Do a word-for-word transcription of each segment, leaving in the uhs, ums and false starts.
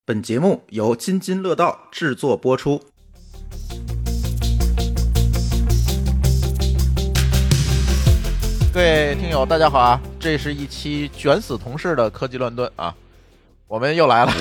本节目由津津乐道制作播出。各位听友大家好啊，这是一期卷死同事的科技乱炖啊，我们又来了。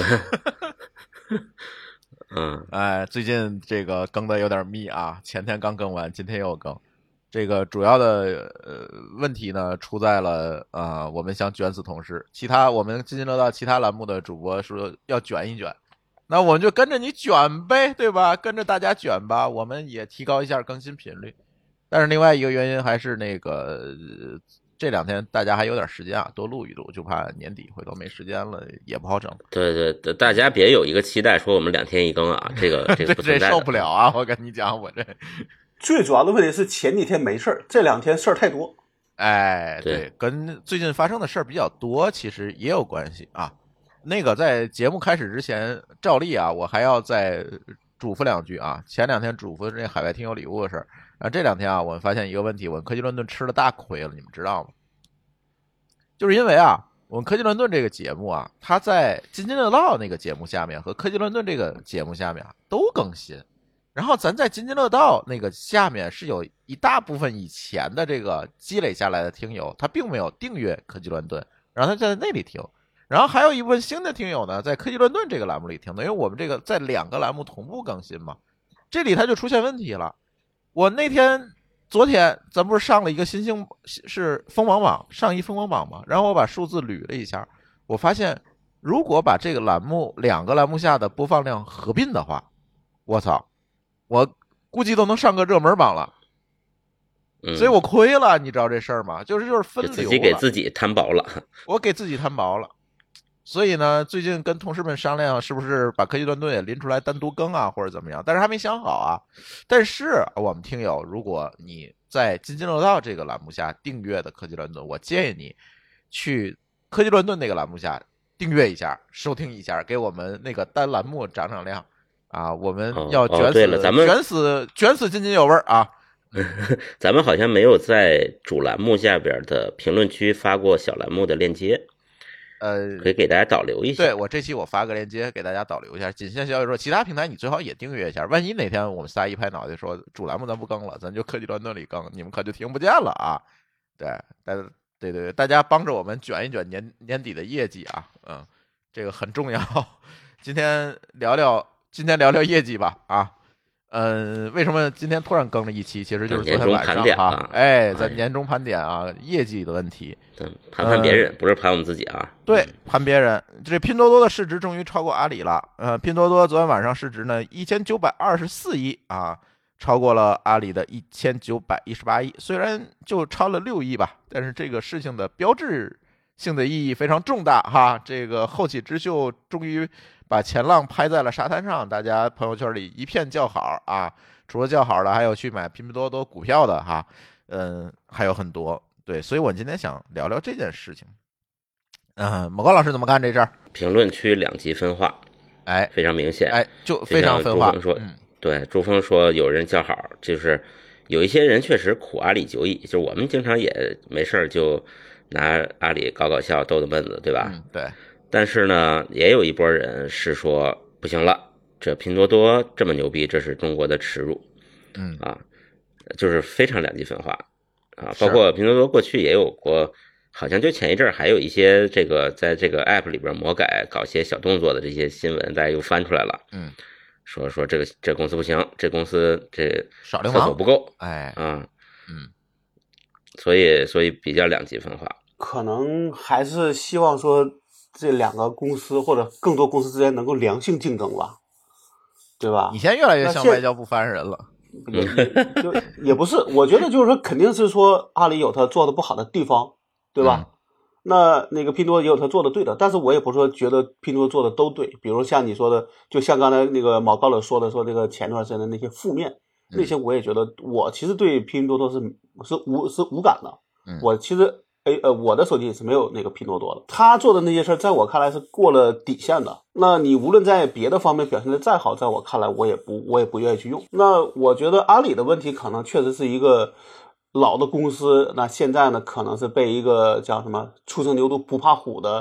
嗯， 哎，最近这个更的有点密啊，前天刚更完，今天又更。这个主要的呃问题呢，出在了啊、呃，我们想卷死同事，其他我们津津乐道其他栏目的主播说要卷一卷，那我们就跟着你卷呗，对吧？跟着大家卷吧，我们也提高一下更新频率。但是另外一个原因还是那个、呃、这两天大家还有点时间啊，多录一录，就怕年底回头没时间了也不好整。 对对对，大家别有一个期待说我们两天一更啊，这个这个不存在的。 这受不了啊！我跟你讲，我这最主要的问题是前几天没事儿，这两天事儿太多。 哎，对，跟最近发生的事儿比较多，其实也有关系啊。那个在节目开始之前，照例啊，我还要再嘱咐两句啊。前两天嘱咐这海外听友礼物的事儿，啊，这两天啊，我们发现一个问题，我们科技乱炖吃了大亏了，你们知道吗？就是因为啊，我们科技乱炖这个节目啊，它在津津乐道那个节目下面和科技乱炖这个节目下面啊都更新。然后咱在津津乐道那个下面是有一大部分以前的这个积累下来的听友，他并没有订阅科技乱炖，然后他在那里听。然后还有一部分新的听友呢，在科技乱炖这个栏目里听的，因为我们这个在两个栏目同步更新嘛，这里它就出现问题了。我那天昨天咱不是上了一个新兴是锋芒网上一锋芒网嘛，然后我把数字捋了一下，我发现如果把这个栏目两个栏目下的播放量合并的话，我操！我估计都能上个热门榜了，所以我亏了，你知道这事儿吗？就是就是分流了， 自己给自己摊薄了， 我给自己摊薄了。所以呢，最近跟同事们商量，是不是把科技乱炖也拎出来单独更啊，或者怎么样？但是还没想好啊。但是我们听友，如果你在津津乐道这个栏目下订阅的科技乱炖，我建议你去科技乱炖那个栏目下订阅一下，收听一下，给我们那个单栏目涨涨量。啊，我们要卷死、 哦哦、对了，咱们卷死卷死津津有味啊！ 咱们好像没有在主栏目下边的评论区发过小栏目的链接， 呃， 可以给大家导流一下。 对，我这期我发个链接给大家导流一下。仅限消息说，其他平台你最好也订阅一下，万一哪天我们仨一拍脑袋说主栏目咱不更了，咱就科技乱炖里更，你们可就听不见了啊！对，大家对对对，大家帮着我们卷一卷年年底的业绩啊，嗯，这个很重要。今天聊聊。今天聊聊业绩吧啊，嗯，为什么今天突然更了一期？其实就是昨天晚上哈、啊，哎，咱年终盘点啊，业绩的问题， 盘盘别人、呃，不是盘我们自己啊。 对，盘别人。这拼多多的市值终于超过阿里了，呃，拼多多昨天晚上市值呢一千九百二十四亿啊，超过了阿里的一千九百一十八亿，虽然就超了六亿吧，但是这个事情的标志性的意义非常重大哈，这个后起之秀终于把前浪拍在了沙滩上，大家朋友圈里一片叫好啊！除了叫好的，还有去买拼多多股票的哈，嗯，还有很多。对，所以我今天想聊聊这件事情。嗯，某高老师怎么看这事儿？ 评论区两极分化， 哎， 非常明显， 哎，就非常分化。 朱峰说， 嗯， 对，朱峰说有人叫好，就是有一些人确实苦阿里久矣，就我们经常也没事就拿阿里搞搞笑、逗逗闷子，对吧？ 嗯，对。 但是呢，也有一波人是说不行了，这拼多多这么牛逼，这是中国的耻辱， 嗯啊，就是非常两极分化啊。包括拼多多过去也有过，好像就前一阵还有一些这个在这个 app 里边魔改、搞些小动作的这些新闻，大家又翻出来了， 嗯， 说说这个这公司不行，这公司这少流氓不够， 哎， 啊， 嗯， 所以所以比较两极分化， 可能还是希望说。这两个公司或者更多公司之间能够良性竞争吧，对吧？ 你现在越来越像外交部发言人了， 也也就也不是，我觉得就是说，肯定是说阿里有他做的不好的地方，对吧？嗯、那那个拼多多也有他做的对的，但是我也不是说觉得拼多多做的都对，比如像你说的，就像刚才那个毛高老说的，说这个前段时间的那些负面，那些我也觉得，我其实对拼多多是是无是无感的， 嗯、 我其实。哎呃，我的手机是没有那个拼多多的，他做的那些事儿，在我看来是过了底线的。那你无论在别的方面表现的再好，在我看来，我也不我也不愿意去用。那我觉得阿里的问题可能确实是一个老的公司，那现在呢，可能是被一个叫什么初生牛犊不怕虎的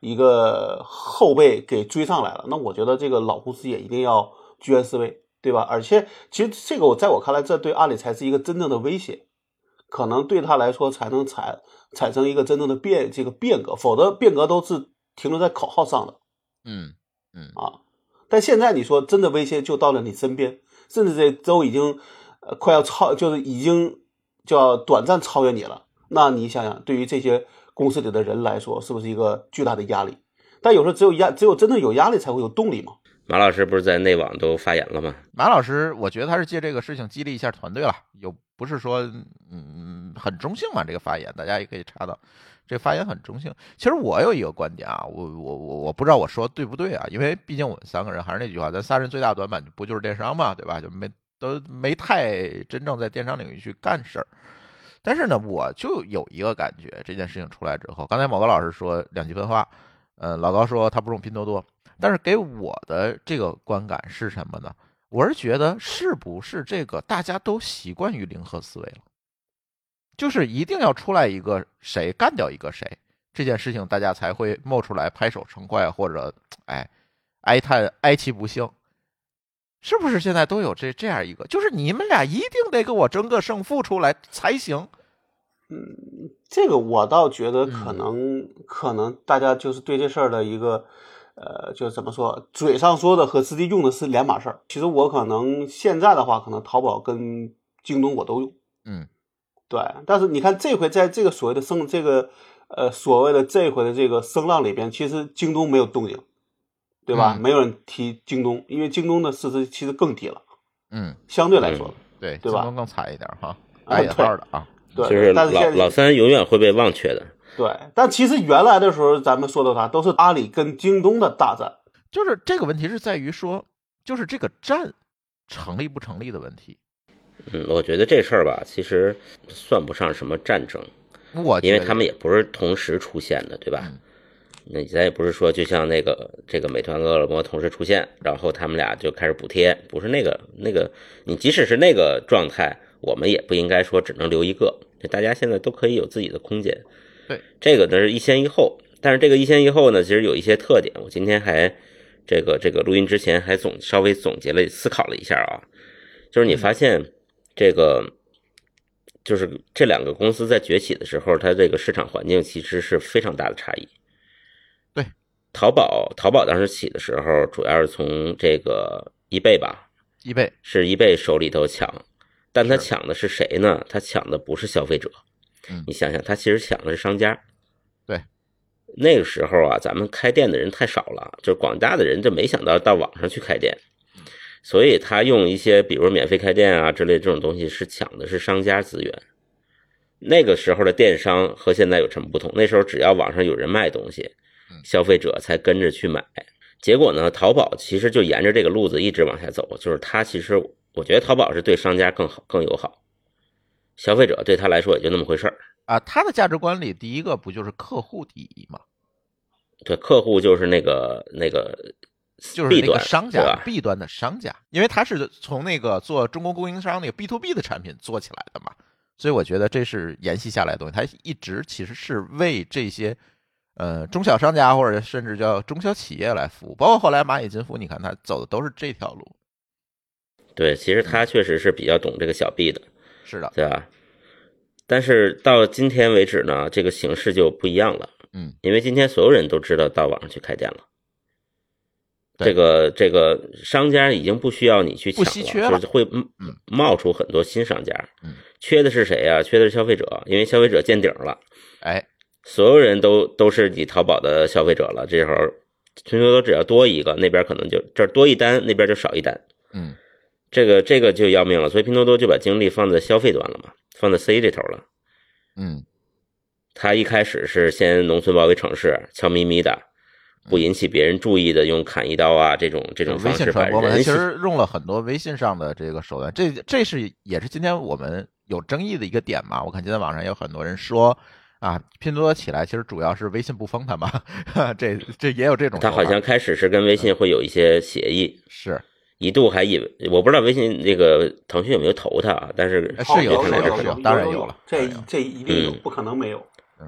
一个后辈给追上来了，那我觉得这个老公司也一定要居安思危，对吧？而且其实这个我在我看来，这对阿里才是一个真正的威胁，可能对他来说才能产产生一个真正的变这个变革，否则变革都是停留在口号上的。 嗯嗯啊，但现在你说真的威胁就到了你身边，甚至这都已经呃快要超，就是已经叫短暂超越你了。那你想想，对于这些公司里的人来说，是不是一个巨大的压力？但有时候只有压，只有真正有压力才会有动力嘛。 马老师不是在内网都发言了吗？ 马老师，我觉得他是借这个事情激励一下团队了，有不是说嗯很中性嘛？这个发言大家也可以查到，这个发言很中性。其实我有一个观点啊，我我我我不知道我说对不对啊，因为毕竟我们三个人还是那句话，咱仨人最大短板不就是电商嘛，对吧？就没都没太真正在电商领域去干事儿。但是呢，我就有一个感觉，这件事情出来之后，刚才某个老师说两极分化，呃，老高说他不用拼多多，但是给我的这个观感是什么呢？我是觉得是不是这个大家都习惯于零和思维了，就是一定要出来一个谁干掉一个谁，这件事情大家才会冒出来拍手称快，或者哎哀叹哀其不幸。是不是现在都有这这样一个，就是你们俩一定得给我争个胜负出来才行？ 嗯，这个我倒觉得可能、嗯、可能大家就是对这事儿的一个呃，就怎么说，嘴上说的和实际用的是两码事儿。其实我可能现在的话，可能淘宝跟京东我都用， 嗯， 对。但是你看这回在这个所谓的声这个呃所谓的这回的这个声浪里边，其实京东没有动静。对吧、嗯？没有人提京东，因为京东的市值其实更低了， 嗯， 相对来说， 嗯、对对吧？ 京东更惨一点哈，挨引号的啊， 对， 就是但是老老三永远会被忘却的。 对，但其实原来的时候，咱们说的啥都是阿里跟京东的大战， 就是这个问题是在于说，就是这个战成立不成立的问题。 嗯，我觉得这事儿吧，其实算不上什么战争， 我因为他们也不是同时出现的，对吧？嗯，那咱也不是说就像那个这个美团饿了么同时出现，然后他们俩就开始补贴，不是那个那个，你即使是那个状态，我们也不应该说只能留一个，大家现在都可以有自己的空间。 对， 这个呢是一先一后，但是这个一先一后呢，其实有一些特点。我今天还这个这个录音之前还总稍微总结了思考了一下啊，就是你发现这个就是这两个公司在崛起的时候，它这个市场环境其实是非常大的差异。 对， 淘宝淘宝当时起的时候，主要是从这个易贝吧， 易贝是易贝手里头抢，但他抢的是谁呢？他抢的不是消费者， 嗯， 你想想，他其实抢的是商家。 对， 那个时候啊，咱们开店的人太少了，就是广大的人就没想到到网上去开店，所以他用一些比如免费开店啊之类这种东西，是抢的是商家资源。那个时候的电商和现在有什么不同？那时候只要网上有人卖东西，消费者才跟着去买。结果呢，淘宝其实就沿着这个路子一直往下走，就是它其实我觉得淘宝是对商家更好更友好，消费者对他来说也就那么回事儿啊。他的价值观里第一个不就是客户第一吗？ 对，客户就是那个那个就是那个商家 B 端的商家，因为他是从那个做中国供应商那个 B to B 的产品做起来的嘛，所以我觉得这是沿袭下来的东西。他一直其实是为这些呃中小商家或者甚至叫中小企业来服务，包括后来蚂蚁金服，你看他走的都是这条路。 对，其实他确实是比较懂这个小 B 的， 是的， 对吧？但是到今天为止呢，这个形势就不一样了。 嗯， 因为今天所有人都知道到网上去开店了，这个这个商家已经不需要你去抢了， 不稀缺了， 就是会冒出很多新商家。嗯，缺的是谁啊？缺的是消费者，因为消费者见顶了。 哎， 所有人都都是你淘宝的消费者了，这时候拼多多只要多一个，那边可能就这儿多一单，那边就少一单。 嗯， 这个这个就要命了，所以拼多多就把精力放在消费端了嘛，放在 C 这头了。 嗯。 他一开始是先农村包围城市，悄咪咪的，不引起别人注意的，用砍一刀啊这种这种方式把人。 其实用了很多微信上的这个手段，这这是也是今天我们有争议的一个点嘛。我看今天网上有很多人说啊，拼多多起来其实主要是微信不封它嘛，这这也有这种。 他好像开始是跟微信会有一些协议， 是一度还以为我不知道微信那个腾讯有没有投它啊，但是是有是有是有，当然有了， 这这一定有，不可能没有。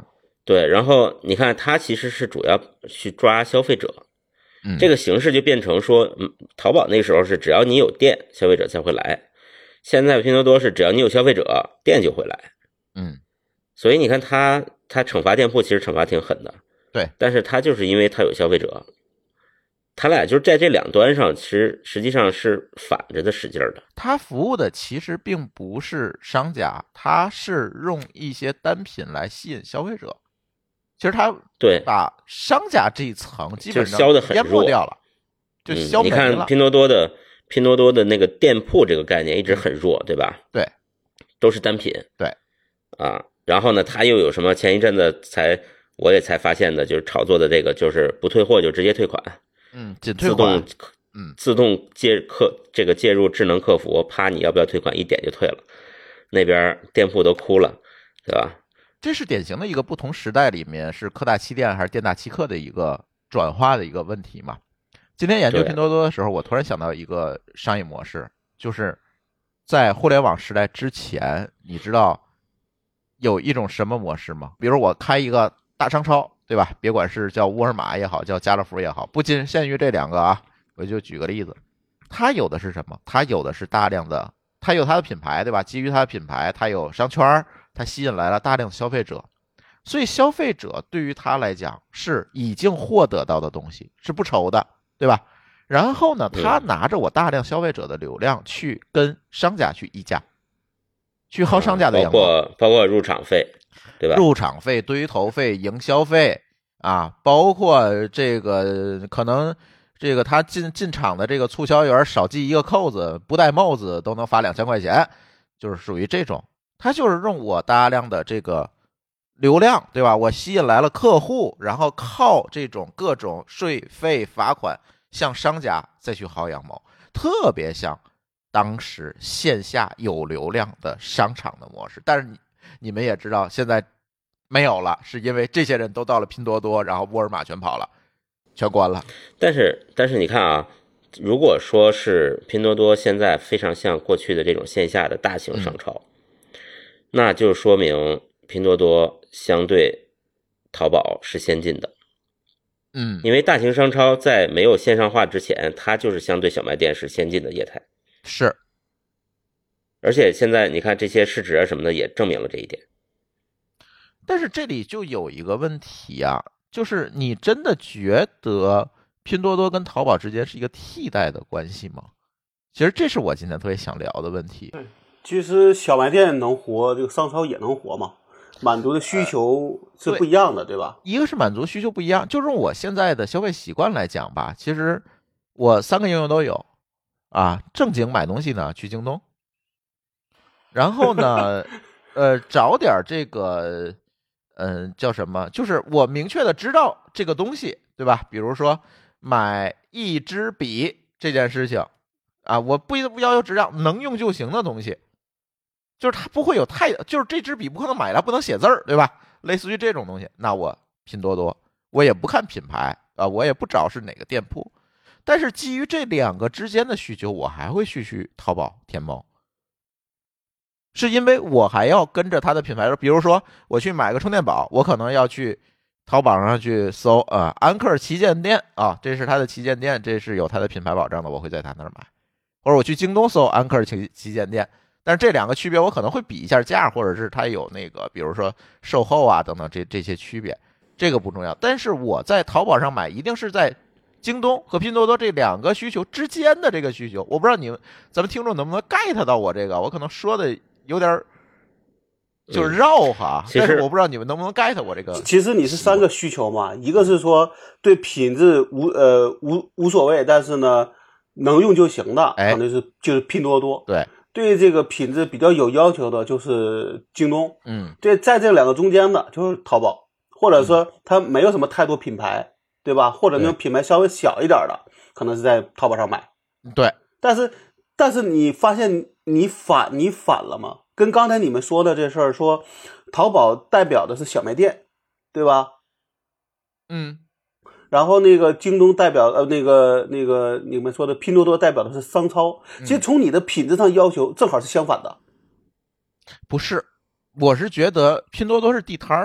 对，然后你看它其实是主要去抓消费者， 嗯， 这个形式就变成说，嗯，淘宝那时候是只要你有店，消费者才会来，现在拼多多是只要你有消费者，店就会来。 嗯， 所以你看它它惩罚店铺其实惩罚挺狠的， 对， 但是它就是因为它有消费者，他俩就是在这两端上，其实实际上是反着的使劲的。 他服务的其实并不是商家，他是用一些单品来吸引消费者。其实他对把商家这一层基本上就消得很淹没弱掉了，就消没了。 嗯、你看拼多多的拼多多的那个店铺这个概念一直很弱，对吧？ 对， 都是单品。 对啊，然后呢，他又有什么？前一阵子才我也才发现的，就是炒作的这个，就是不退货就直接退款。 嗯，仅退款。 自动嗯， 自动介客这个介入智能客服，啪，你要不要退款？一点就退了，那边店铺都哭了，对吧？ 这是典型的一个不同时代里面是客大欺店还是店大欺客的一个转化的一个问题嘛。今天研究拼多多的时候，我突然想到一个商业模式，就是在互联网时代之前，你知道有一种什么模式吗？比如我开一个大商超，对吧？别管是叫沃尔玛也好，叫家乐福也好，不仅限于这两个啊，我就举个例子，它有的是什么？它有的是大量的，它有它的品牌，对吧？基于它的品牌，它有商圈，它吸引来了大量的消费者，所以消费者对于他来讲是已经获得到的东西，是不愁的，对吧？然后呢，他拿着我大量消费者的流量去跟商家去议价，去薅商家的羊毛， 包括包括入场费，对吧？ 入场费、堆头费、营销费啊，包括这个可能这个他进进场的这个促销员少系一个扣子，不戴帽子都能罚两千块钱，就是属于这种。他就是用我大量的这个流量，对吧？我吸引来了客户，然后靠这种各种税费罚款向商家再去薅羊毛，特别像当时线下有流量的商场的模式。但是你你们也知道，现在没有了，是因为这些人都到了拼多多，然后沃尔玛全跑了，全关了。 但是但是你看啊，如果说是拼多多现在非常像过去的这种线下的大型商超，嗯、那就说明拼多多相对淘宝是先进的。 嗯， 因为大型商超在没有线上化之前，它就是相对小卖店是先进的业态。 是。 而且现在你看这些市值啊什么的也证明了这一点。 但是这里就有一个问题啊，就是你真的觉得拼多多跟淘宝之间是一个替代的关系吗？其实这是我今天特别想聊的问题。 对，其实小卖店能活，这个商超也能活嘛，满足的需求是不一样的，呃、对, 对吧？ 一个是满足需求不一样，就是我现在的消费习惯来讲吧，其实我三个应用都有啊。正经买东西呢，去京东，然后呢，呃，找点这个，嗯、呃，叫什么？就是我明确的知道这个东西，对吧？比如说买一支笔这件事情啊，我不不要求质量，能用就行的东西。就是它不会有太，就是这支笔不可能买来不能写字儿，对吧？类似于这种东西，那我拼多多，我也不看品牌啊，我也不找是哪个店铺，但是基于这两个之间的需求，我还会去去淘宝、天猫，是因为我还要跟着它的品牌，比如说我去买个充电宝，我可能要去淘宝上去搜啊、呃，安克旗舰店啊，这是它的旗舰店，这是有它的品牌保障的，我会在它那儿买，或者我去京东搜安克旗旗舰店。但是这两个区别我可能会比一下价，或者是它有那个比如说售后啊等等这这些区别，这个不重要。但是我在淘宝上买一定是在京东和拼多多这两个需求之间的这个需求，我不知道你们咱们听众能不能 get 到我这个，我可能说的有点就是绕哈、嗯、但是我不知道你们能不能 get 我这个。 其实你是三个需求嘛，一个是说对品质无呃无无所谓，但是呢能用就行的，可能是就是拼多多。 对。 对这个品质比较有要求的就是京东， 嗯， 对，在这两个中间的就是淘宝，或者说它没有什么太多品牌，对吧？或者那种品牌稍微小一点的，可能是在淘宝上买。 对， 但是但是你发现你反你反了吗？跟刚才你们说的这事儿，说淘宝代表的是小卖店，对吧？ 嗯。 然后那个京东代表呃那个那个你们说的拼多多代表的是商超，其实从你的品质上要求正好是相反的。 不是，我是觉得拼多多是地摊儿，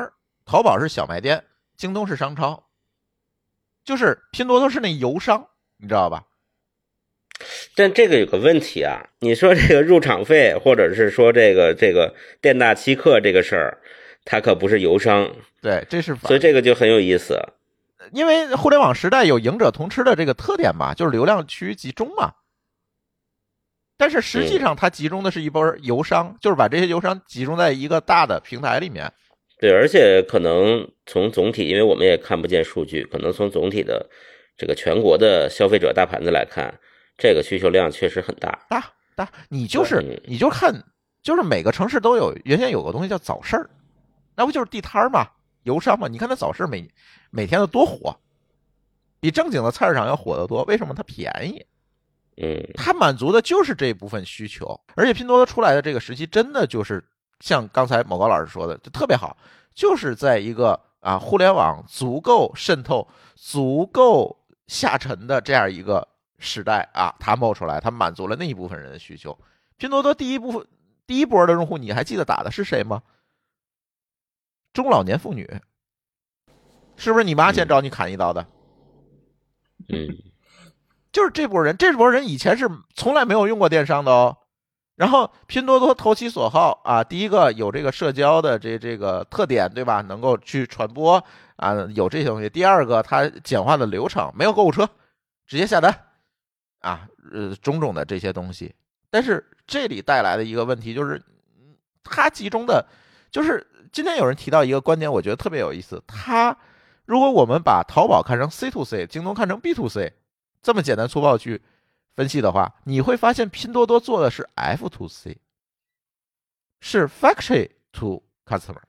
淘宝是小卖店，京东是商超，就是拼多多是那油商，你知道吧？ 但这个有个问题啊，你说这个入场费，或者是说这个这个店大欺客这个事儿，它可不是油商， 对，这是所以这个就很有意思。 因为互联网时代有赢者通吃的这个特点嘛，就是流量趋于集中嘛。但是实际上它集中的是一波油商，嗯、就是把这些油商集中在一个大的平台里面。 对，而且可能从总体，因为我们也看不见数据，可能从总体的这个全国的消费者大盘子来看，这个需求量确实很大。 大大，你就是你就看，就是每个城市都有，原先有个东西叫早市儿，那不就是地摊嘛，油商嘛？你看那早市每每天都多火，比正经的菜市场要火得多。为什么？它便宜。 嗯， 它满足的就是这部分需求，而且拼多多出来的这个时期，真的就是像刚才某高老师说的，就特别好，就是在一个啊互联网足够渗透、足够下沉的这样一个时代啊，它冒出来，它满足了那一部分人的需求。拼多多第一部分、第一波的用户，你还记得打的是谁吗？中老年妇女，是不是你妈先找你砍一刀的？ 嗯。 就是这波人，这波人以前是从来没有用过电商的哦。然后拼多多投其所好啊，第一个有这个社交的这这个特点，对吧？能够去传播啊，有这些东西。第二个，它简化的流程，没有购物车，直接下单啊，呃，种种的这些东西。但是这里带来的一个问题就是，它集中的，就是今天有人提到一个观点，我觉得特别有意思。它如果我们把淘宝看成 C to C， 京东看成 B to C。这么简单粗暴去分析的话，你会发现拼多多做的是 F to C， 是 Factory to Customer，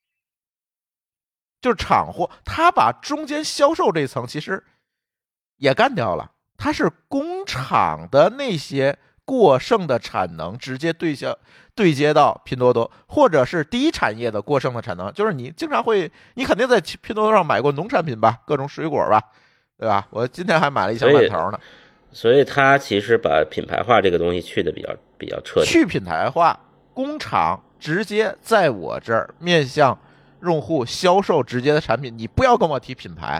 就是厂货，他把中间销售这层其实也干掉了，它是工厂的那些过剩的产能直接对接对接到拼多多，或者是第一产业的过剩的产能，就是你经常会，你肯定在拼多多上买过农产品吧，各种水果吧。对吧？我今天还买了一箱烂桃呢。 所以他其实把品牌化这个东西去的比较比较彻底。 去品牌化，工厂直接在我这儿面向用户销售直接的产品，你不要跟我提品牌，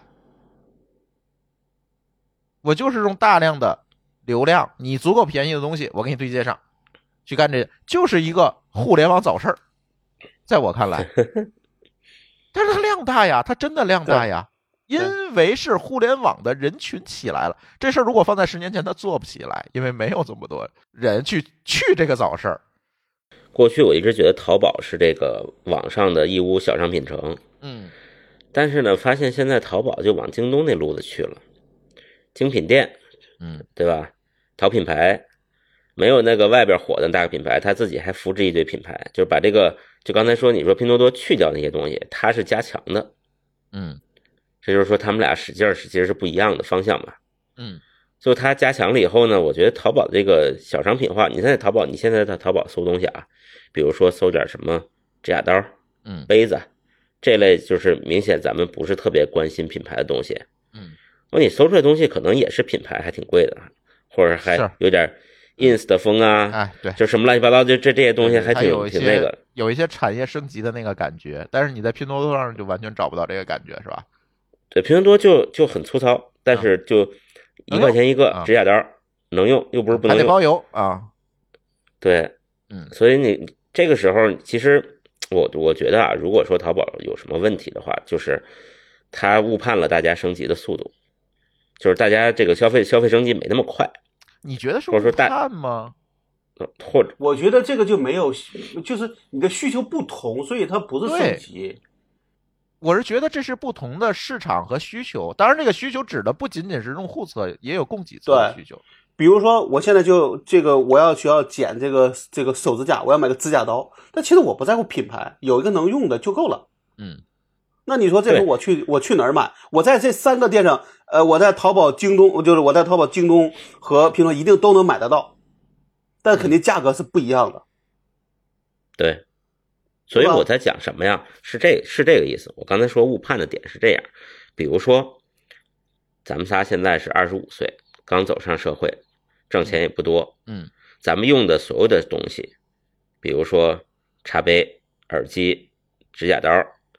我就是用大量的流量，你足够便宜的东西，我给你对接上，去干这，就是一个互联网早市儿，在我看来，但是它量大呀，它真的量大呀。因为是互联网的人群起来了，这事儿如果放在十年前，他做不起来，因为没有这么多人去去这个早市儿。 过去我一直觉得淘宝是这个网上的义乌小商品城， 嗯， 但是呢，发现现在淘宝就往京东那路子去了，精品店， 嗯， 对吧？淘品牌，没有那个外边火的大品牌，他自己还扶持一堆品牌，就是把这个，就刚才说你说拼多多去掉那些东西，它是加强的， 嗯。 这就是说他们俩使劲使劲是不一样的方向嘛。 嗯， 就它加强了以后呢，我觉得淘宝这个小商品化，你在淘宝，你现在在淘宝搜东西啊，比如说搜点什么指甲刀、 嗯， 杯子这类，就是明显咱们不是特别关心品牌的东西。 嗯， 我你搜出来东西可能也是品牌，还挺贵的，或者还有点 ins 的风啊， 哎，对， 就什么乱七八糟，就这这些东西还挺挺那个， 有一些产业升级的那个感觉，但是你在拼多多上就完全找不到这个感觉，是吧？ 对，拼多多就就很粗糙，但是就一块钱一个指甲刀，能用又不是不能用， 还得包邮啊。 对， 嗯， 所以你这个时候，其实我我觉得啊，如果说淘宝有什么问题的话，就是它误判了大家升级的速度，就是大家这个消费消费升级没那么快。 你觉得是误判吗？ 或者我觉得这个就没有，就是你的需求不同，所以它不是升级。 我是觉得这是不同的市场和需求，当然这个需求指的不仅仅是用户侧，也有供给侧的需求。 比如说我现在就这个我要需要剪这个这个手指甲，我要买个指甲刀，但其实我不在乎品牌，有一个能用的就够了。 嗯， 那你说这个我去我去哪儿买？我在这三个店上，呃，我在淘宝、京东，就是我在淘宝、京东和拼多多一定都能买得到，但肯定价格是不一样的。 对。所以我在讲什么呀？是这是这个意思。我刚才说误判的点是这样，比如说，咱们仨现在是二十五岁，刚走上社会，挣钱也不多， 嗯， 咱们用的所有的东西，比如说茶杯、耳机、指甲刀，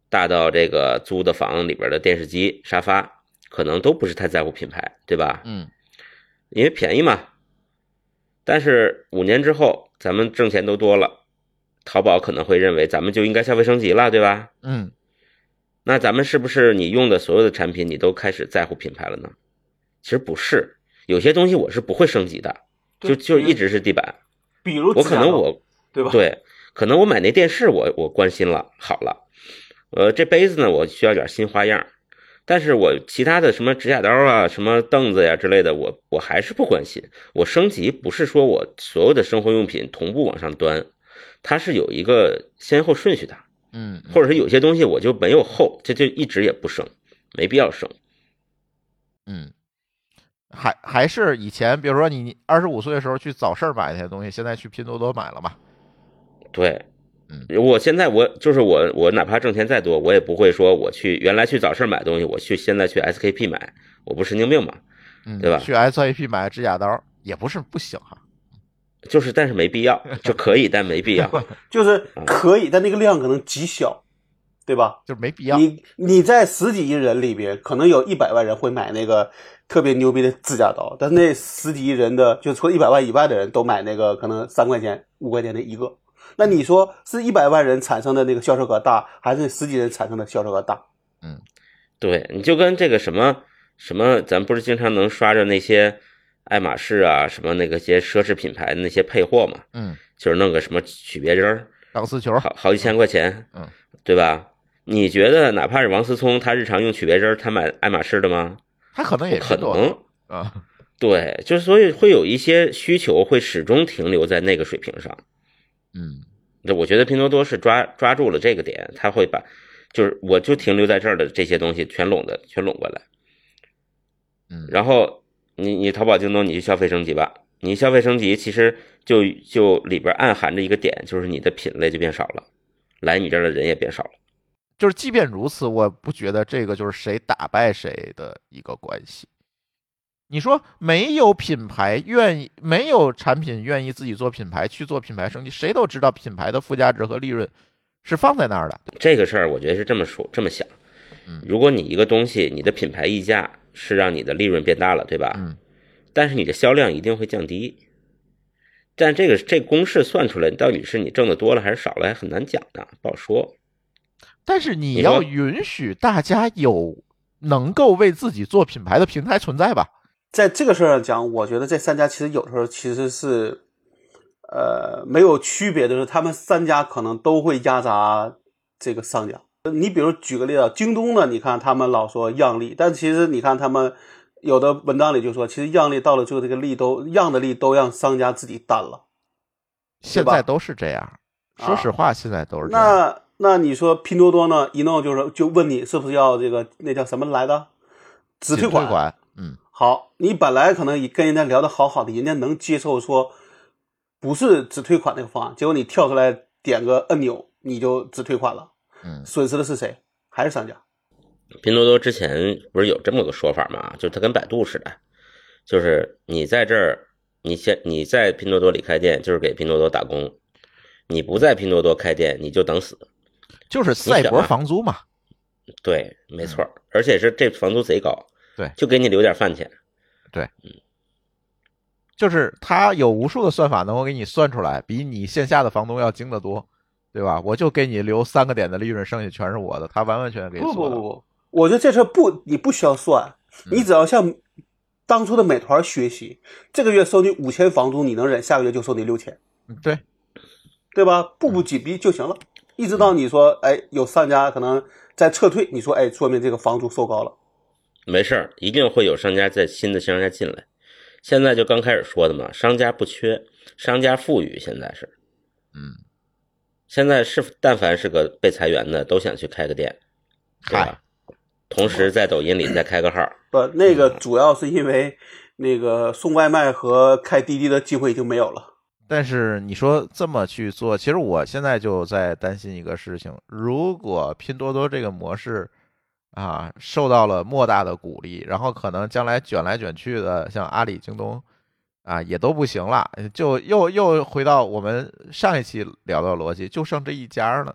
大到这个租的房里边的电视机、沙发，可能都不是太在乎品牌，对吧？ 嗯， 因为便宜嘛。但是五年之后，咱们挣钱都多了，淘宝可能会认为咱们就应该消费升级了，对吧？ 嗯， 那咱们是不是你用的所有的产品，你都开始在乎品牌了呢？其实不是，有些东西我是不会升级的，就就一直是地板。 比如我可能我对吧？ 对，可能我买那电视我我关心了，好了，呃，这杯子呢我需要点新花样，但是我其他的什么指甲刀啊、什么凳子呀之类的，我我还是不关心。我升级不是说我所有的生活用品同步往上端，它是有一个先后顺序的。 嗯， 或者是有些东西我就没有后，这就一直也不升，没必要升。 嗯，还还是以前，比如说你二十五岁的时候去早市买那些东西，现在去拼多多买了嘛？ 对， 嗯， 我现在我就是我我哪怕挣钱再多，我也不会说我去原来去早市买东西，我去现在去 S K P 买，我不神经病嘛， 嗯， 对吧？ 去 S K P 买指甲刀也不是不行哈， 就是但是没必要，就可以但没必要， 就是可以，但那个量可能极小，对吧？ 就是没必要。 你你在十几亿人里边，可能有一百万人会买那个特别牛逼的指甲刀，但是那十几亿人的，就除了一百万以外的人都买那个可能三块钱、五块钱的一个。那你说是一百万人产生的那个销售额大，还是十几人产生的销售额大？ 嗯， 对，你就跟这个什么什么，咱不是经常能刷着那些爱马仕啊，什么那个些奢侈品牌的那些配货嘛， 嗯， 就是弄个什么曲别针、 钢丝球， 好好几千块钱， 嗯， 对吧？你觉得哪怕是王思聪，他日常用曲别针，他买爱马仕的吗？ 他可能也可能啊， 对，就是所以会有一些需求会始终停留在那个水平上。 嗯， 我觉得拼多多是抓抓住了这个点，他会把就是我就停留在这儿的这些东西全拢的全拢过来。 嗯， 然后你你淘宝京东你去消费升级吧，你消费升级其实就就里边暗含着一个点，就是你的品类就变少了，来你这儿的人也变少了。 就是即便如此，我不觉得这个就是谁打败谁的一个关系。你说没有品牌愿意，没有产品愿意自己做品牌去做品牌升级，谁都知道品牌的附加值和利润是放在那儿的。 这个事儿我觉得是这么说这么想，如果你一个东西你的品牌溢价是让你的利润变大了，对吧？ 嗯， 但是你的销量一定会降低。但这个这个公式算出来，到底是你挣的多了还是少了，还很难讲的，不好说。 但是你要允许大家有能够为自己做品牌的平台存在吧。 在这个事儿上讲，我觉得这三家其实有的时候其实是，呃，没有区别的是，他们三家可能都会压榨这个商家。你比如举个例子，京东呢，你看他们老说让利，但其实你看他们有的文章里就说，其实让利到了最后，这个利都让的利都让商家自己担了。 现在都是这样，说实话，现在都是这样。 那那你说拼多多呢？一弄就是就问你是不是要这个那叫什么来的？只退款。 款，嗯。 好，你本来可能跟人家聊得好好的，人家能接受说不是只退款那个方案，结果你跳出来点个按钮，你就只退款了， 嗯， 损失的是谁？还是商家。 拼多多之前不是有这么个说法吗？就是它跟百度似的，就是你在这儿，你先你在拼多多里开店，就是给拼多多打工；你不在拼多多开店，你就等死。 就是赛博房租嘛。 对，没错，而且是这房租贼高。 对， 就给你留点饭钱。 对，嗯，就是他有无数的算法能够给你算出来，比你线下的房东要精得多，对吧？我就给你留三个点的利润，剩下全是我的，他完完全全给你算。 不不不不，我觉得这事不，你不需要算，你只要向当初的美团学习，这个月收你五千房租，你能忍，下个月就收你六千。 嗯，对， 对吧？步步紧逼就行了，一直到你说，哎，有商家可能在撤退，你说，哎，说明这个房租收高了。 没事儿，一定会有商家在新的商家进来。现在就刚开始说的嘛，商家不缺，商家富裕，现在是， 嗯， 现在是但凡是个被裁员的，都想去开个店，对吧？同时在抖音里再开个号。 不，那个主要是因为那个送外卖和开滴滴的机会已经没有了。 但是你说这么去做，其实我现在就在担心一个事情：如果拼多多这个模式啊，受到了莫大的鼓励，然后可能将来卷来卷去的，像阿里、京东啊，也都不行了，就又又回到我们上一期聊的逻辑，就剩这一家了。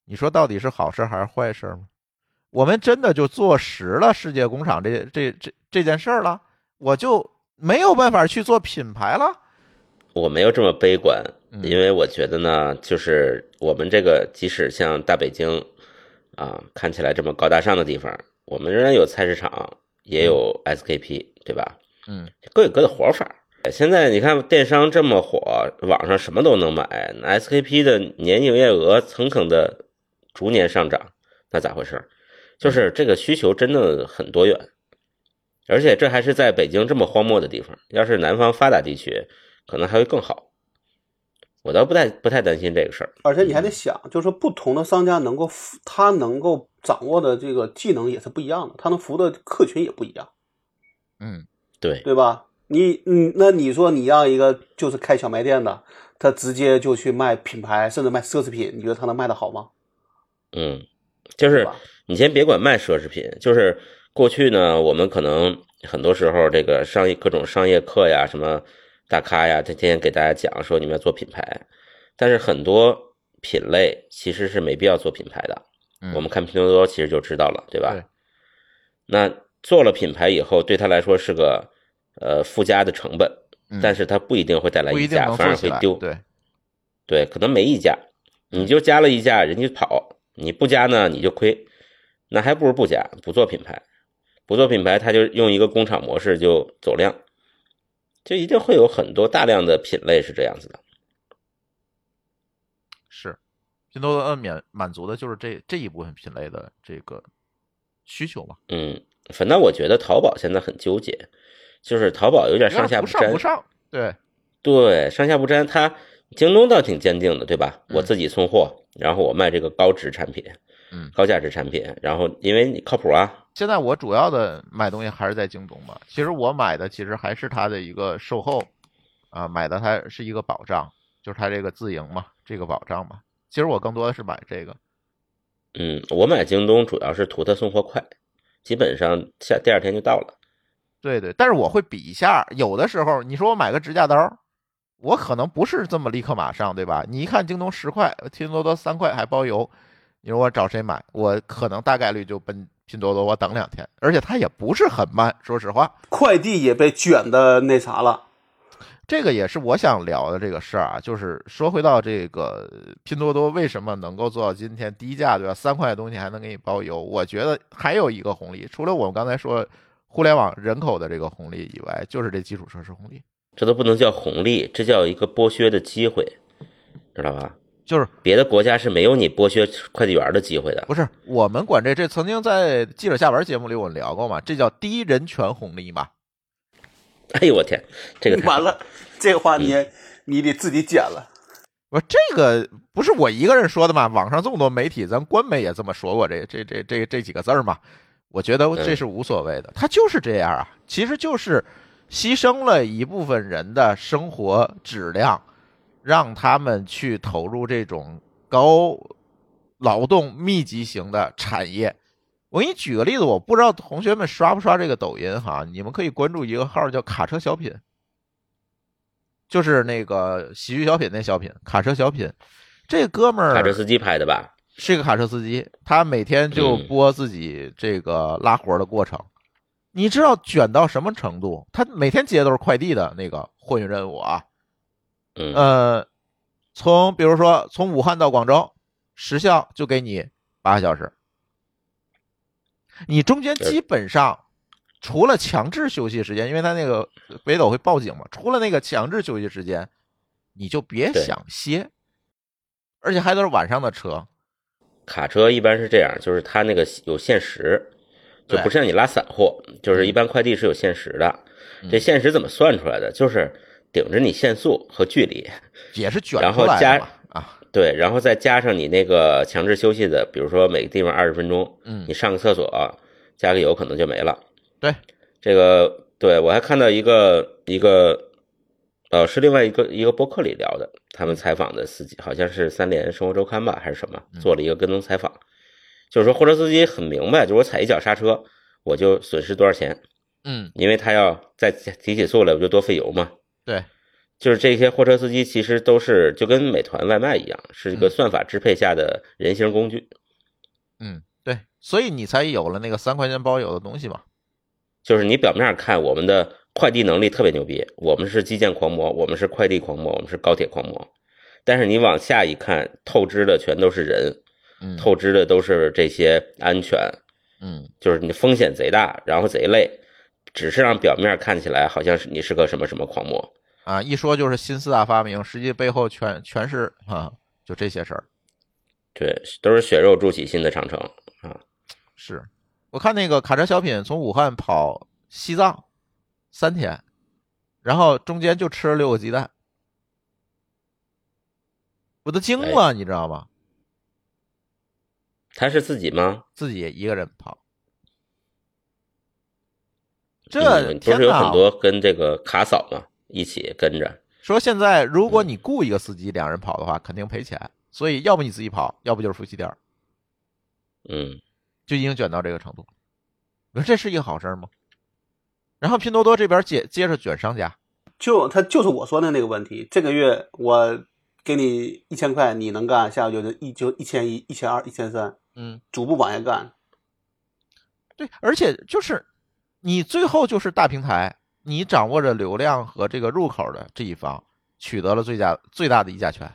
你说到底是好事还是坏事吗？我们真的就坐实了世界工厂这这这这件事儿了，我就没有办法去做品牌了。 我没有这么悲观，因为我觉得呢，就是我们这个即使像大北京啊，看起来这么高大上的地方，我们仍然有菜市场，也有 S K P， 对吧？ 嗯， 各有各的活法。现在你看电商这么火，网上什么都能买 ，S K P 的年营业额蹭蹭的逐年上涨，那咋回事？就是这个需求真的很多元，而且这还是在北京这么荒漠的地方，要是南方发达地区，可能还会更好。我倒不太不太担心这个事儿。 而且你还得想，就是不同的商家能够他能够掌握的这个技能也是不一样的，他能服务的客群也不一样。 嗯， 对对吧？你嗯，那你说你让一个就是开小卖店的，他直接就去卖品牌，甚至卖奢侈品，你觉得他能卖得好吗？ 嗯，就是你先别管卖奢侈品，就是过去呢，我们可能很多时候这个商业各种商业课呀，什么大咖呀，他天天给大家讲说你们要做品牌，但是很多品类其实是没必要做品牌的。 嗯、 我们看拼多多其实就知道了，对吧？ 对。 那做了品牌以后，对他来说是个呃附加的成本， 嗯、 但是它不一定会带来溢价，反而会丢。 对， 对，可能没溢价，你就加了溢价，人家跑；你不加呢，你就亏。那还不如不加，不做品牌，不做品牌，他就用一个工厂模式就走量，就一定会有很多大量的品类是这样子的。 是，拼多多满满足的就是这这一部分品类的这个需求嘛。 嗯。反正我觉得淘宝现在很纠结，就是淘宝有点上下不沾， 不上，对对，上下不沾。它京东倒挺坚定的，对吧？ 嗯、 我自己送货，然后我卖这个高值产品， 嗯， 高价值产品，然后因为你靠谱啊。 现在我主要的买东西还是在京东嘛，其实我买的其实还是它的一个售后啊，买的它是一个保障，就是它这个自营嘛，这个保障嘛。其实我更多的是买这个。 嗯，我买京东主要是图它送货快。基本上下第二天就到了。 对对，但是我会比一下，有的时候你说我买个指甲刀，我可能不是这么立刻马上，对吧？你一看京东十块，拼多多三块还包邮，你说我找谁买？我可能大概率就奔拼多多，我等两天，而且它也不是很慢，说实话。 快递也被卷的那啥了。 这个也是我想聊的这个事儿啊，就是说回到这个拼多多为什么能够做到今天低价，对吧？三块的东西还能给你包邮，我觉得还有一个红利，除了我们刚才说互联网人口的这个红利以外，就是这基础设施红利。 这都不能叫红利，这叫一个剥削的机会，知道吧？ 就是别的国家是没有你剥削快递员的机会的。 不是，我们管这这曾经在记者下班节目里我们聊过嘛，这叫低人权红利嘛。 哎呦我天，这个完了，这个话你、嗯、你得自己剪了。 我这个不是我一个人说的嘛，网上这么多媒体，咱官媒也这么说过这这这这这几个字嘛。我觉得这是无所谓的，它就是这样啊，其实就是牺牲了一部分人的生活质量，让他们去投入这种高劳动密集型的产业。我给你举个例子，我不知道同学们刷不刷这个抖音哈，你们可以关注一个号叫卡车小品，就是那个喜剧小品那小品，卡车小品。这哥们儿卡车司机拍的吧？ 是一个卡车司机，他每天就播自己这个拉活的过程。嗯、你知道卷到什么程度？他每天接的都是快递的那个货运任务啊。 嗯。 呃，从比如说从武汉到广州，时效就给你八个小时。你中间基本上除了强制休息时间，因为他那个北斗会报警嘛，除了那个强制休息时间，你就别想歇，而且还都是晚上的车。 卡车一般是这样，就是它那个有限时，就不像你拉散货，就是一般快递是有限时的。 嗯、 这限时怎么算出来的？就是顶着你限速和距离， 也是卷出来的嘛，然后加啊。 对，然后再加上你那个强制休息的，比如说每个地方二十分钟， 嗯， 你上个厕所加个油可能就没了。 对， 这个对我还看到一个一个，呃，是另外一个一个播客里聊的，他们采访的司机好像是三联生活周刊吧还是什么，做了一个跟踪采访，就是说货车司机很明白，就是我踩一脚刹车我就损失多少钱， 嗯， 因为他要再提起速来我就多费油嘛。 对。 就是这些货车司机其实都是就跟美团外卖一样，是一个算法支配下的人形工具。 嗯，对，所以你才有了那个三块钱包邮的东西嘛。 就是你表面看我们的快递能力特别牛逼，我们是基建狂魔，我们是快递狂魔，我们是高铁狂魔。但是你往下一看，透支的全都是人， 嗯， 透支的都是这些安全， 嗯， 就是你风险贼大，然后贼累，只是让表面看起来好像是你是个什么什么狂魔啊，一说就是新四大发明，实际背后全全是啊，就这些事儿。 对，都是血肉筑起新的长城啊。 是我看那个卡车小品从武汉跑西藏三天，然后中间就吃了六个鸡蛋，我都惊了，你知道吗？ 他是自己吗？ 自己一个人跑。这、 嗯、不是有很多跟这个卡嫂嘛一起跟着。 说现在如果你雇一个司机，两人跑的话，肯定赔钱，所以要不你自己跑，要不就是夫妻店。 嗯， 就已经卷到这个程度。你说这是一个好事吗？然后拼多多这边接接着卷商家， 就他就是我说的那个问题，这个月我给你一千块，你能干，下个月就一就一千一、一千二、一千三， 嗯， 逐步往下干。 对，而且就是你最后就是大平台，你掌握着流量和这个入口的这一方取得了最佳最大的议价权，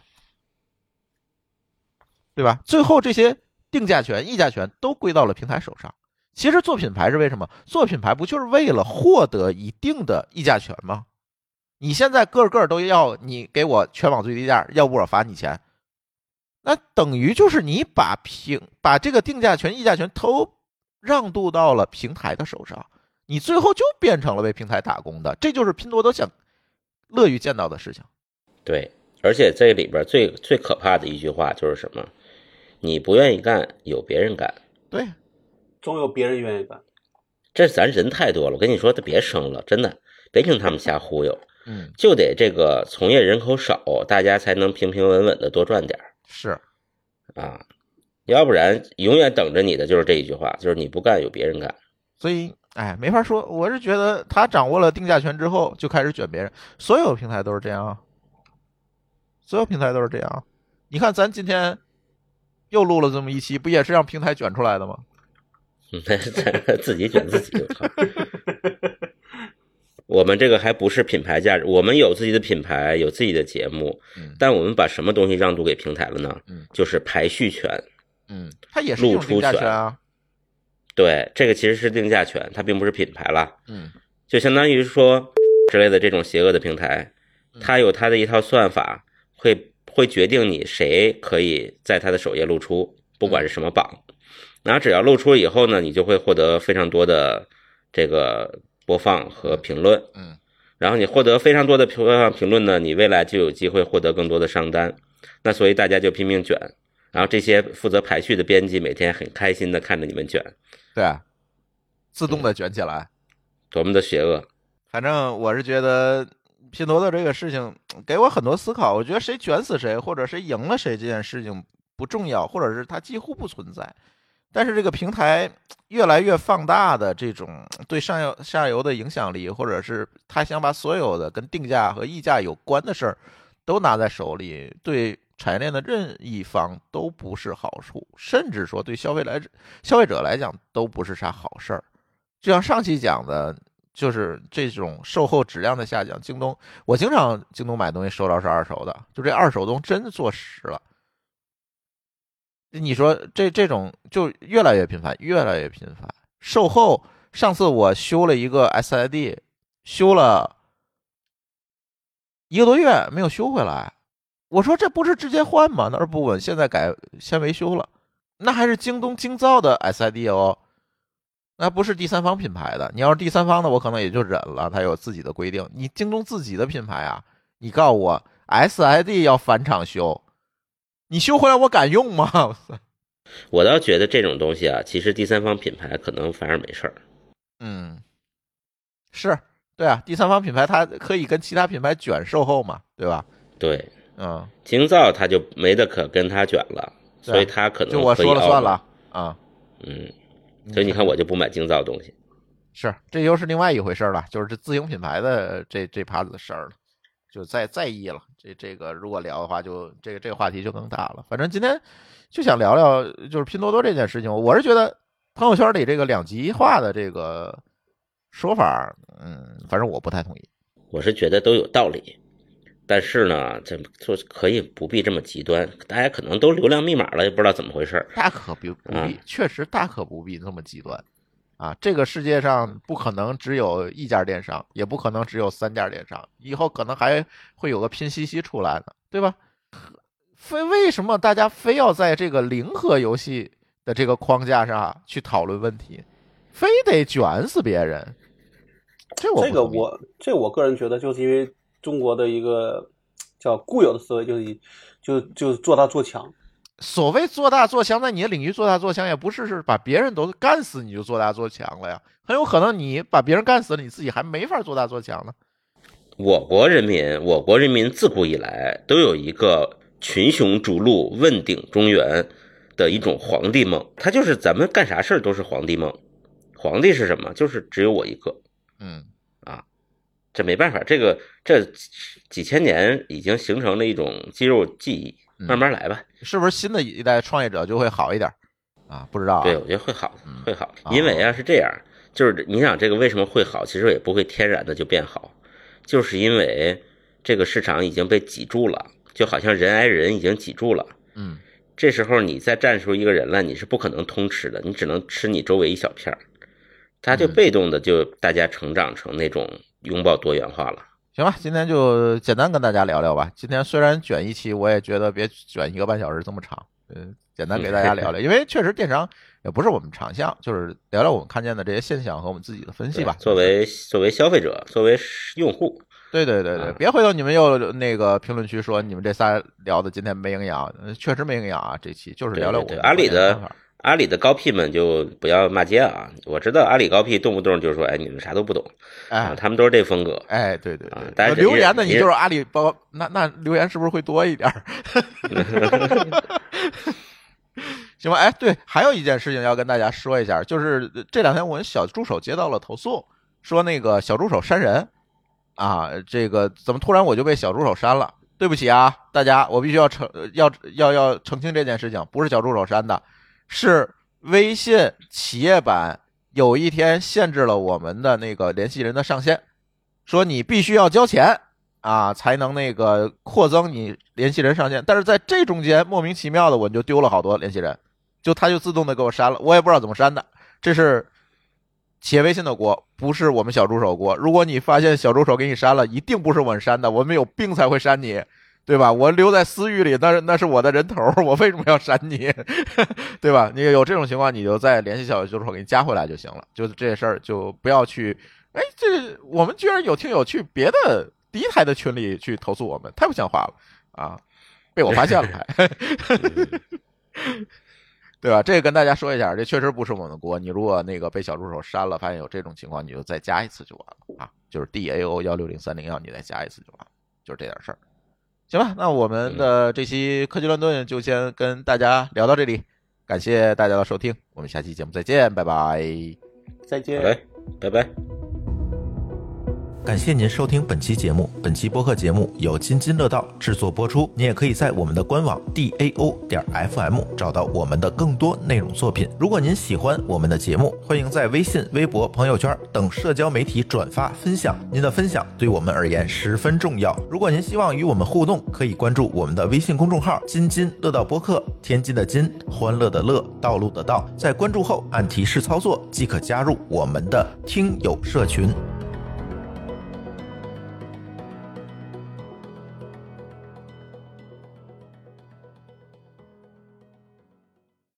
对吧？最后这些定价权、议价权都归到了平台手上。其实做品牌是为什么？做品牌不就是为了获得一定的议价权吗？你现在个个都要你给我全网最低价，要不我罚你钱，那等于就是你把平把这个定价权、议价权都让渡到了平台的手上，你最后就变成了为平台打工的，这就是拼多多想乐于见到的事情。 对，而且这里边最最可怕的一句话就是什么？你不愿意干，有别人干。 对， 总有别人愿意干。 这咱人太多了，我跟你说，他别生了，真的，别听他们瞎忽悠。 嗯， 就得这个从业人口少，大家才能平平稳稳的多赚点。 是啊，要不然永远等着你的就是这一句话，就是你不干有别人干。 所以哎，没法说，我是觉得他掌握了定价权之后就开始卷别人，所有平台都是这样，所有平台都是这样。你看咱今天又录了这么一期，不也是让平台卷出来的吗？ 自己卷自己，我靠！我们这个还不是品牌价值，我们有自己的品牌，有自己的节目， 嗯， 但我们把什么东西让渡给平台了呢？ 嗯， 就是排序权， 嗯，它也是一种定价权啊。 对，这个其实是定价权，它并不是品牌了。 嗯， 就相当于说之类的这种邪恶的平台，它有它的一套算法，会会决定你谁可以在它的首页露出，不管是什么榜。然后只要露出以后呢，你就会获得非常多的这个播放和评论。 嗯， 然后你获得非常多的播放评论呢，你未来就有机会获得更多的商单。那所以大家就拼命卷，然后这些负责排序的编辑每天很开心的看着你们卷。 对啊，自动的卷起来， 多么的邪恶。 反正我是觉得拼多多这个事情给我很多思考，我觉得谁卷死谁或者谁赢了谁这件事情不重要，或者是它几乎不存在。但是这个平台越来越放大的这种对上游下游的影响力，或者是他想把所有的跟定价和议价有关的事儿都拿在手里，对产业链的任意方都不是好处，甚至说对消费来消费者来讲都不是啥好事儿。就像上期讲的，就是这种售后质量的下降，京东我经常京东买东西收到是二手的，就这二手东真坐实了。你说这这种就越来越频繁，越来越频繁。售后，上次我修了一个 S I D， 修了一个多月没有修回来。我说这不是直接换吗？他说不稳，现在改先维修了。那还是京东京造的 S I D 哦，那不是第三方品牌的。你要是第三方的，我可能也就忍了，它有自己的规定。你京东自己的品牌啊，你告诉我 S I D 要返厂修。你修回来我敢用吗？ 我倒觉得这种东西啊，其实第三方品牌可能反而没事儿。 嗯，是，对啊，第三方品牌它可以跟其他品牌卷售后嘛，对吧？ 对， 嗯， 京造它就没得可跟它卷了，所以它可能就我说了算了啊。 嗯，所以你看我就不买京造的东西。 是，这又是另外一回事了，就是这自营品牌的这这耙子事儿了。 就再在意了。这这个如果聊的话就，就这个这个话题就更大了。反正今天就想聊聊就是拼多多这件事情。我是觉得朋友圈里这个两极化的这个说法，嗯，反正我不太同意。 我是觉得都有道理，但是呢，这就可以不必这么极端。大家可能都流量密码了，也不知道怎么回事。 大可不不必，嗯、确实大可不必这么极端。啊，这个世界上不可能只有一家电商，也不可能只有三家电商，以后可能还会有个拼夕夕出来呢，对吧？非为什么大家非要在这个零和游戏的这个框架上去讨论问题，非得卷死别人？这我这个我这我个人觉得，就是因为中国的一个叫固有的思维，就是就就做大做强。 所谓做大做强，在你的领域做大做强，也不是是把别人都干死你就做大做强了呀。很有可能你把别人干死了，你自己还没法做大做强呢。 我国人民，我国人民自古以来都有一个群雄逐鹿、问鼎中原的一种皇帝梦，他就是咱们干啥事儿都是皇帝梦。皇帝是什么？就是只有我一个。 嗯啊，这没办法，这个这几千年已经形成了一种肌肉记忆。慢慢来吧， 是不是新的一代创业者就会好一点啊？不知道、啊。 对，我觉得会好，会好，因为啊是这样，就是你想这个为什么会好，其实也不会天然的就变好，就是因为这个市场已经被挤住了，就好像人挨人已经挤住了。 嗯， 这时候你再站出一个人来，你是不可能通吃的，你只能吃你周围一小片，他就被动的就大家成长成那种拥抱多元化了。 行吧，今天就简单跟大家聊聊吧。今天虽然卷一期，我也觉得别卷一个半小时这么长，嗯，简单给大家聊聊，因为确实电商也不是我们长项，就是聊聊我们看见的这些现象和我们自己的分析吧。 作为作为消费者，作为用户， 对对对对，别回头你们又那个评论区说你们这仨聊的今天没营养，确实没营养啊。这期就是聊聊我们阿里的阿里的高 P 们就不要骂街啊！我知道阿里高 P 动不动就说：“哎，你们啥都不懂。” 哎， 他们都是这风格。 哎，对对对， 啊、大家留言的你就是阿里包，那那留言是不是会多一点？行吧，哎，对，还有一件事情要跟大家说一下，就是这两天我们小助手接到了投诉，说那个小助手删人啊，这个怎么突然我就被小助手删了？对不起啊，大家，我必须要澄要要要澄清这件事情，不是小助手删的。是微信企业版有一天限制了我们的那个联系人的上限，说你必须要交钱啊才能那个扩增你联系人上限，但是在这中间莫名其妙的我就丢了好多联系人，就他就自动的给我删了，我也不知道怎么删的，这是企业微信的锅，不是我们小助手锅。如果你发现小助手给你删了，一定不是我们删的，我们有病才会删你，对吧？我留在私域里，那是那是我的人头，我为什么要删你？对吧？你有这种情况，你就再联系小助手给你加回来就行了。就是这事儿，就不要去，哎，这我们居然有听友去别的第一台的群里去投诉我们，太不像话了啊！被我发现了还，对吧？这个跟大家说一下，这确实不是我们的锅。你如果那个被小助手删了，发现有这种情况，你就再加一次就完了啊！就是 D A O 一六零三零一，你再加一次就完了，就是这点事儿。行吧，那我们的这期科技乱炖就先跟大家聊到这里，感谢大家的收听，我们下期节目再见，拜拜， 再见， 拜拜。 感谢您收听本期节目，本期播客节目由津津乐道制作播出。你也可以在我们的官网 D A O 点 F M 找到我们的更多内容作品。如果您喜欢我们的节目，欢迎在微信、微博、朋友圈等社交媒体转发分享，您的分享对我们而言十分重要。如果您希望与我们互动，可以关注我们的微信公众号津津乐道播客，天津的津，欢乐的乐，道路的道。在关注后按提示操作即可加入我们的听友社群。